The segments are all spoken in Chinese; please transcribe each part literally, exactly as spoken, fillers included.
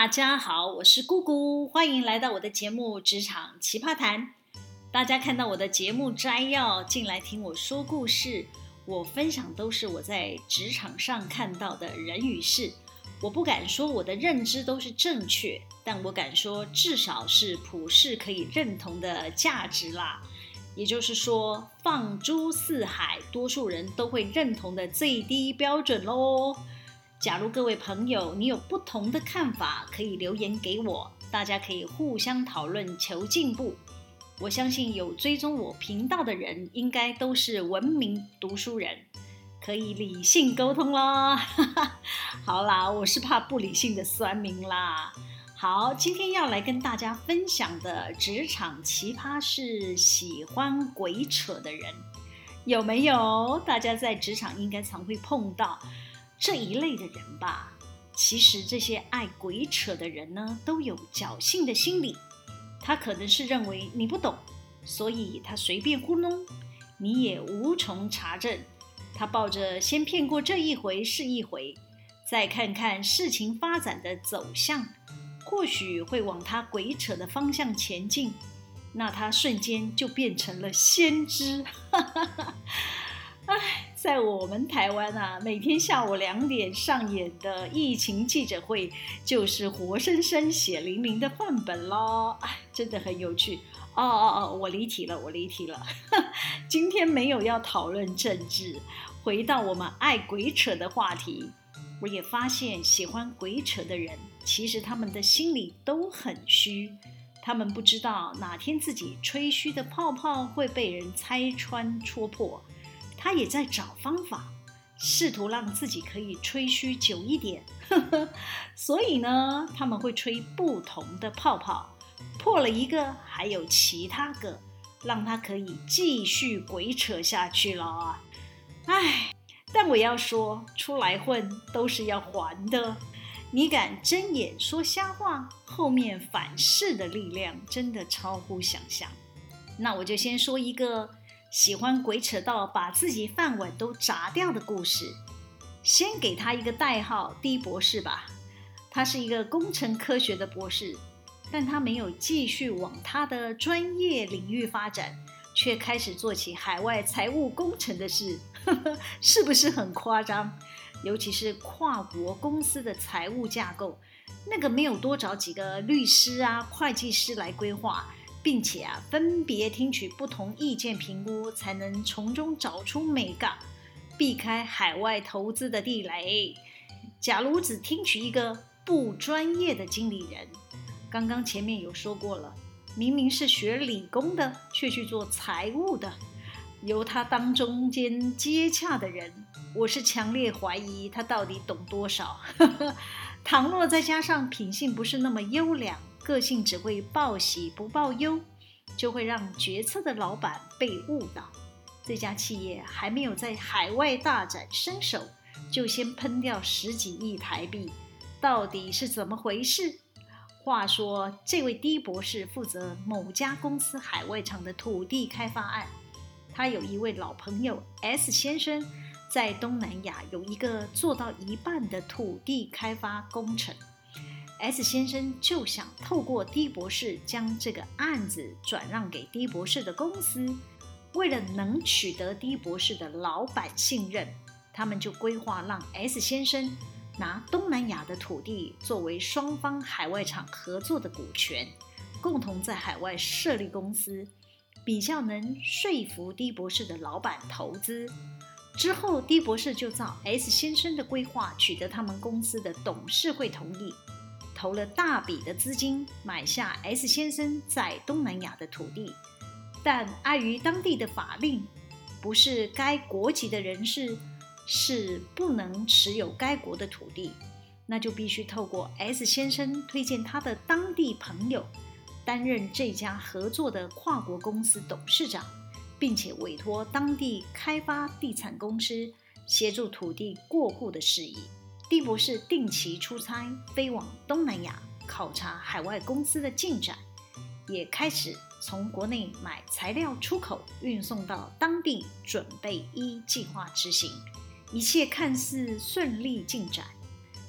大家好，我是姑姑，欢迎来到我的节目《职场奇葩谈》。大家看到我的节目摘要进来听我说故事，我分享都是我在职场上看到的人与事。我不敢说我的认知都是正确，但我敢说至少是普世可以认同的价值啦。也就是说，放诸四海，多数人都会认同的最低标准咯。假如各位朋友你有不同的看法，可以留言给我，大家可以互相讨论求进步。我相信有追踪我频道的人应该都是文明读书人，可以理性沟通咯。好啦，我是怕不理性的酸民啦。好，今天要来跟大家分享的职场奇葩是喜欢鬼扯的人，有没有？大家在职场应该常会碰到这一类的人吧。其实这些爱鬼扯的人呢，都有侥幸的心理。他可能是认为你不懂，所以他随便糊弄，你也无从查证。他抱着先骗过这一回是一回，再看看事情发展的走向，或许会往他鬼扯的方向前进，那他瞬间就变成了先知。唉，在我们台湾啊，每天下午两点上演的疫情记者会，就是活生生血淋淋的范本咯。唉，真的很有趣。哦哦哦，我离题了，我离题了。今天没有要讨论政治，回到我们爱鬼扯的话题。我也发现喜欢鬼扯的人，其实他们的心里都很虚，他们不知道哪天自己吹嘘的泡泡会被人拆穿戳破，他也在找方法，试图让自己可以吹嘘久一点。所以呢，他们会吹不同的泡泡，破了一个还有其他个，让他可以继续鬼扯下去了。唉，但我要说，出来混都是要还的。你敢睁眼说瞎话，后面反噬的力量真的超乎想象。那我就先说一个喜欢鬼扯到把自己饭碗都砸掉的故事。先给他一个代号，D博士吧。他是一个工程科学的博士，但他没有继续往他的专业领域发展，却开始做起海外财务工程的事。是不是很夸张？尤其是跨国公司的财务架构，那个没有多找几个律师啊、会计师来规划，并且啊分别听取不同意见评估，才能从中找出美感，避开海外投资的地雷。假如只听取一个不专业的经理人，刚刚前面有说过了，明明是学理工的，却去做财务的，由他当中间接洽的人，我是强烈怀疑他到底懂多少。倘若再加上品性不是那么优良，个性只会报喜不报忧，就会让决策的老板被误导。这家企业还没有在海外大展身手，就先喷掉十几亿台币，到底是怎么回事？话说，这位 D 博士负责某家公司海外厂的土地开发案，他有一位老朋友 S 先生，在东南亚有一个做到一半的土地开发工程。S 先生就想透过 D 博士将这个案子转让给 D 博士的公司，为了能取得 D 博士的老板信任，他们就规划让 S 先生拿东南亚的土地作为双方海外厂合作的股权，共同在海外设立公司，比较能说服 D 博士的老板投资。之后 D 博士就照 S 先生的规划，取得他们公司的董事会同意，投了大笔的资金买下 S 先生在东南亚的土地。但碍于当地的法令，不是该国籍的人士是不能持有该国的土地，那就必须透过 S 先生推荐他的当地朋友担任这家合作的跨国公司董事长，并且委托当地开发地产公司协助土地过户的事宜。D 博士定期出差飞往东南亚考察海外公司的进展，也开始从国内买材料出口运送到当地，准备依计划执行。一切看似顺利进展，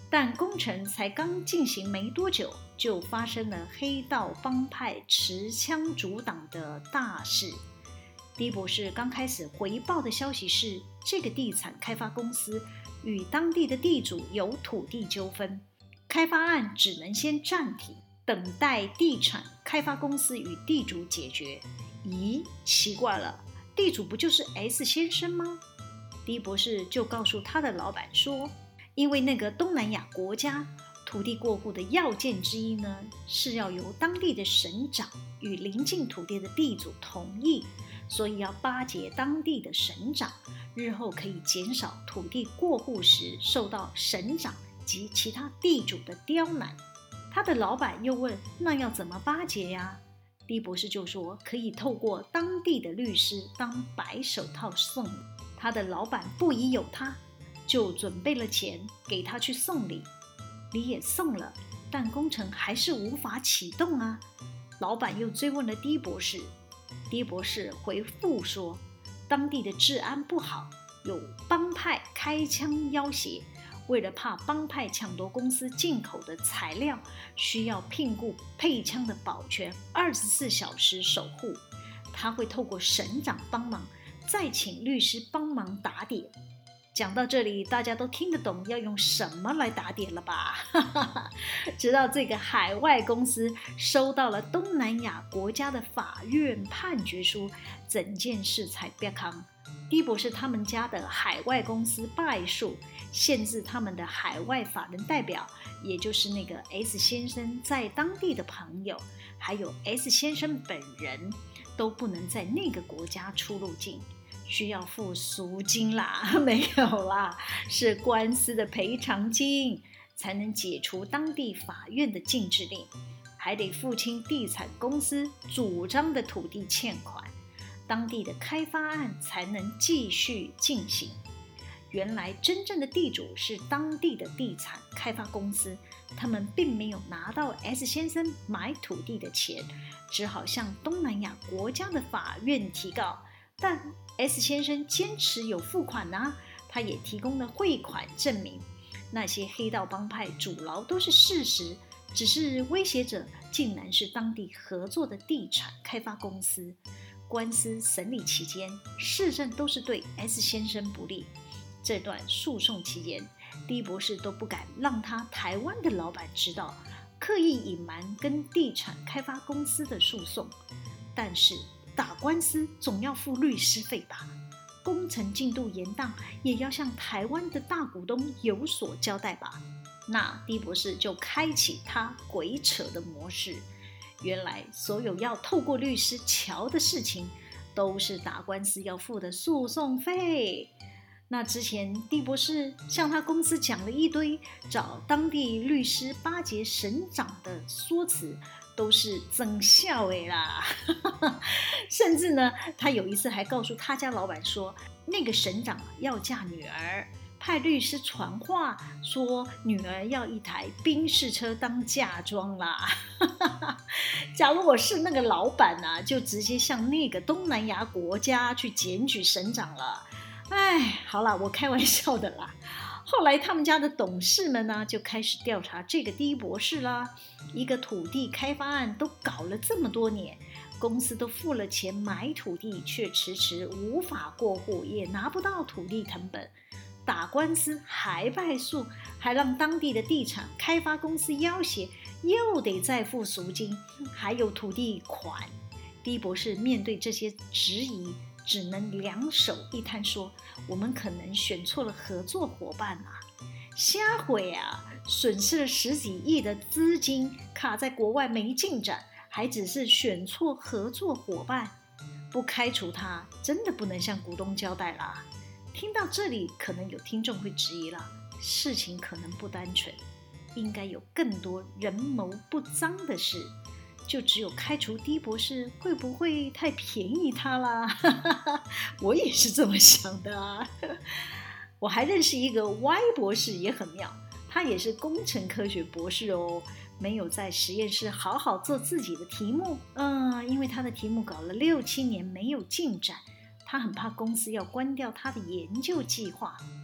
但工程才刚进行没多久，就发生了黑道帮派持枪阻挡的大事。D博士刚开始回报的消息是，这个地产开发公司与当地的地主有土地纠纷，开发案只能先暂停，等待地产开发公司与地主解决。咦，奇怪了，地主不就是 S 先生吗？ D 博士就告诉他的老板说，因为那个东南亚国家土地过户的要件之一呢，是要由当地的省长与邻近土地的地主同意，所以要巴结当地的省长，日后可以减少土地过户时受到省长及其他地主的刁难。他的老板又问，那要怎么巴结呀？D 博士就说，可以透过当地的律师当白手套送礼。他的老板不疑有他，就准备了钱给他去送礼。礼也送了，但工程还是无法启动啊。老板又追问了 D 博士， D 博士回复说，当地的治安不好，有帮派开枪要挟，为了怕帮派抢夺公司进口的材料，需要聘雇配枪的保全二十四小时守护。他会透过省长帮忙，再请律师帮忙打点。讲到这里，大家都听得懂要用什么来打点了吧？直到这个海外公司收到了东南亚国家的法院判决书，整件事才别扛。D 博士他们家的海外公司败诉，限制他们的海外法人代表，也就是那个 S 先生在当地的朋友，还有 S 先生本人，都不能在那个国家出入境，需要付赎金啦，没有啦，是官司的赔偿金，才能解除当地法院的禁制令，还得付清地产公司主张的土地欠款，当地的开发案才能继续进行。原来真正的地主是当地的地产开发公司，他们并没有拿到 S 先生买土地的钱，只好向东南亚国家的法院提告。但 S 先生坚持有付款啊，他也提供了汇款证明，那些黑道帮派阻挠都是事实，只是威胁者竟然是当地合作的地产开发公司。官司审理期间，市政都是对 S 先生不利。这段诉讼期间， D 博士都不敢让他台湾的老板知道，刻意隐瞒跟地产开发公司的诉讼。但是打官司总要付律师费吧，工程进度延宕也要向台湾的大股东有所交代吧。那 D 博士就开启他鬼扯的模式，原来所有要透过律师瞧的事情，都是打官司要付的诉讼费。那之前 D 博士向他公司讲了一堆找当地律师巴结省长的说辞，都是真笑的啦。甚至呢，他有一次还告诉他家老板说，那个省长要嫁女儿，派律师传话说女儿要一台宾士车当嫁妆啦。假如我是那个老板啊，就直接向那个东南亚国家去检举省长了。哎，好啦，我开玩笑的啦。后来他们家的董事们呢，就开始调查这个 D 博士啦。一个土地开发案都搞了这么多年，公司都付了钱买土地，却迟迟无法过户，也拿不到土地成本，打官司还败诉，还让当地的地产开发公司要挟，又得再付赎金，还有土地款。 D 博士面对这些质疑，只能两手一摊说，我们可能选错了合作伙伴啊，瞎毁啊，损失了十几亿的资金，卡在国外没进展，还只是选错合作伙伴，不开除他真的不能向股东交代啦。听到这里，可能有听众会质疑了，事情可能不单纯，应该有更多人谋不臧的事，就只有开除 D 博士会不会太便宜他啦？我也是这么想的啊。我还认识一个 Y 博士也很妙，他也是工程科学博士哦，没有在实验室好好做自己的题目，嗯，因为他的题目搞了六七年没有进展，他很怕公司要关掉他的研究计划。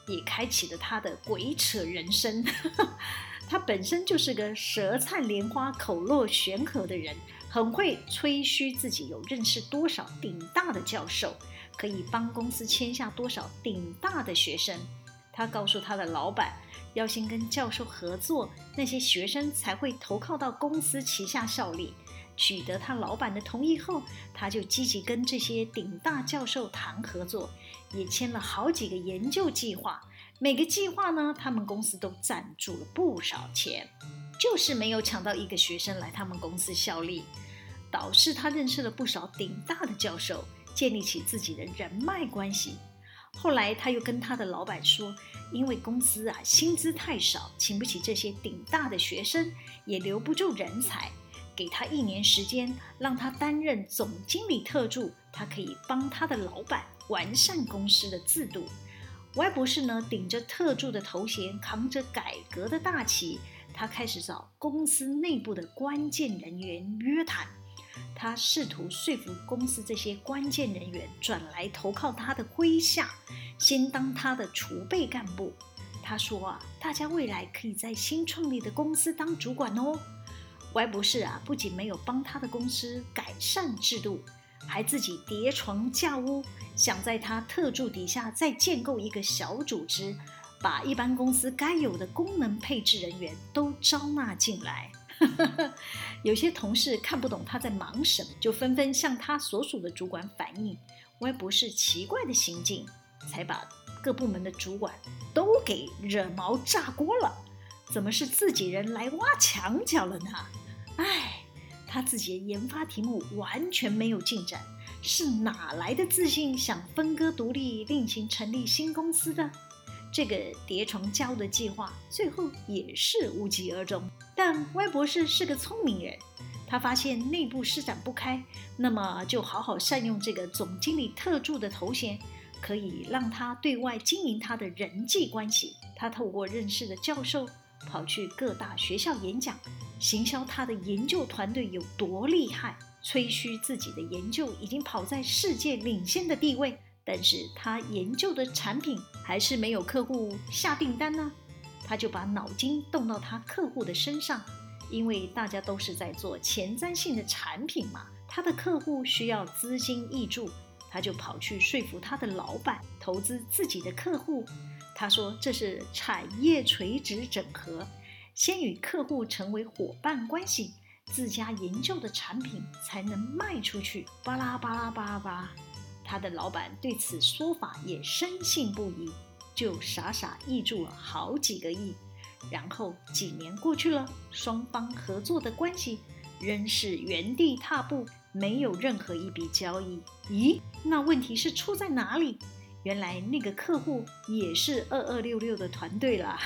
也开启了他的鬼扯人生。他本身就是个舌灿莲花、口若悬河的人，很会吹嘘自己有认识多少顶大的教授，可以帮公司签下多少顶大的学生。他告诉他的老板，要先跟教授合作，那些学生才会投靠到公司旗下效力。取得他老板的同意后，他就积极跟这些顶大教授谈合作，也签了好几个研究计划。每个计划呢，他们公司都赞助了不少钱，就是没有抢到一个学生来他们公司效力。导致他认识了不少顶大的教授，建立起自己的人脉关系。后来他又跟他的老板说，因为公司啊薪资太少，请不起这些顶大的学生，也留不住人才，给他一年时间，让他担任总经理特助，他可以帮他的老板完善公司的制度。歪博士呢，顶着特助的头衔，扛着改革的大旗，他开始找公司内部的关键人员约谈。他试图说服公司这些关键人员转来投靠他的麾下，先当他的储备干部。他说啊，大家未来可以在新创立的公司当主管哦。歪博士啊，不仅没有帮他的公司改善制度，还自己叠床架屋，想在他特助底下再建构一个小组织，把一般公司该有的功能配置人员都招纳进来。有些同事看不懂他在忙什么，就纷纷向他所属的主管反映歪博士奇怪的行径，才把各部门的主管都给惹毛炸锅了。怎么是自己人来挖墙脚了呢？唉，他自己的研发题目完全没有进展，是哪来的自信想分割独立，另行成立新公司的？这个叠床架屋的计划最后也是无疾而终。但歪博士是个聪明人，他发现内部施展不开，那么就好好善用这个总经理特助的头衔，可以让他对外经营他的人际关系。他透过认识的教授，跑去各大学校演讲，行销他的研究团队有多厉害，吹嘘自己的研究已经跑在世界领先的地位。但是他研究的产品还是没有客户下订单呢，他就把脑筋动到他客户的身上，因为大家都是在做前瞻性的产品嘛，他的客户需要资金挹注，他就跑去说服他的老板投资自己的客户。他说这是产业垂直整合，先与客户成为伙伴关系，自家研究的产品才能卖出去，巴拉巴拉巴拉巴拉。他的老板对此说法也深信不疑，就傻傻挹注了好几个亿。然后几年过去了，双方合作的关系仍是原地踏步，没有任何一笔交易。咦，那问题是出在哪里？原来那个客户也是二二六六的团队啦。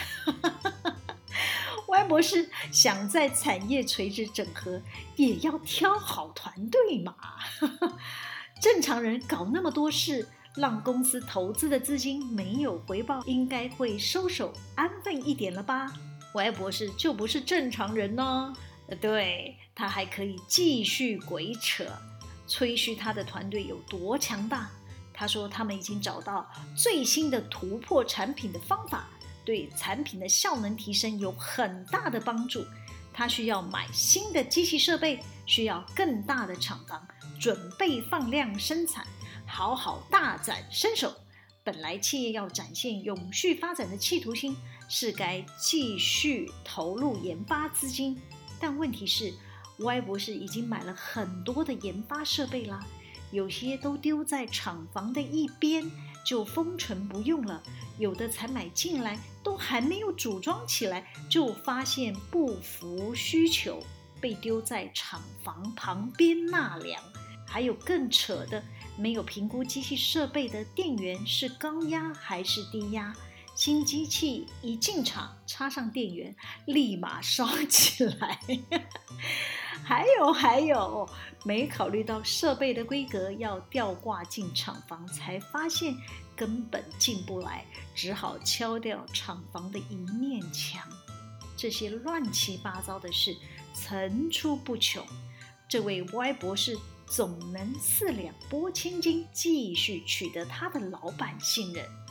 歪博士想在产业垂直整合，也要挑好团队嘛。正常人搞那么多事，让公司投资的资金没有回报，应该会收手安分一点了吧？歪博士就不是正常人呢。对，他还可以继续鬼扯，吹嘘他的团队有多强大。他说他们已经找到最新的突破产品的方法，对产品的效能提升有很大的帮助。他需要买新的机器设备，需要更大的厂房，准备放量生产，好好大展身手。本来企业要展现永续发展的企图心，是该继续投入研发资金。但问题是，歪博士已经买了很多的研发设备啦，有些都丢在厂房的一边，就封存不用了，有的才买进来，都还没有组装起来，就发现不符需求，被丢在厂房旁边纳凉。还有更扯的，没有评估机器设备的电源是高压还是低压，新机器一进场插上电源，立马烧起来。还有还有，没考虑到设备的规格要吊挂进厂房，才发现根本进不来，只好敲掉厂房的一面墙。这些乱七八糟的事层出不穷，这位歪博士总能四两拨千斤，继续取得他的老板信任。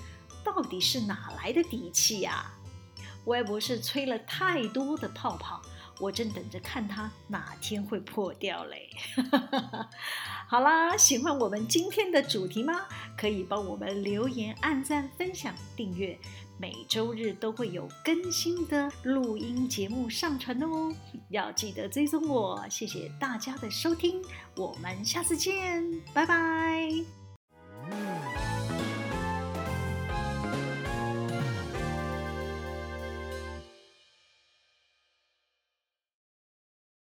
到底是哪来的底气呀？歪博士吹了太多的泡泡，我正等着看他哪天会破掉嘞。好啦，喜欢我们今天的主题吗？可以帮我们留言、按赞、分享、订阅，每周日都会有更新的录音节目上传哦。要记得追踪我，谢谢大家的收听，我们下次见，拜拜。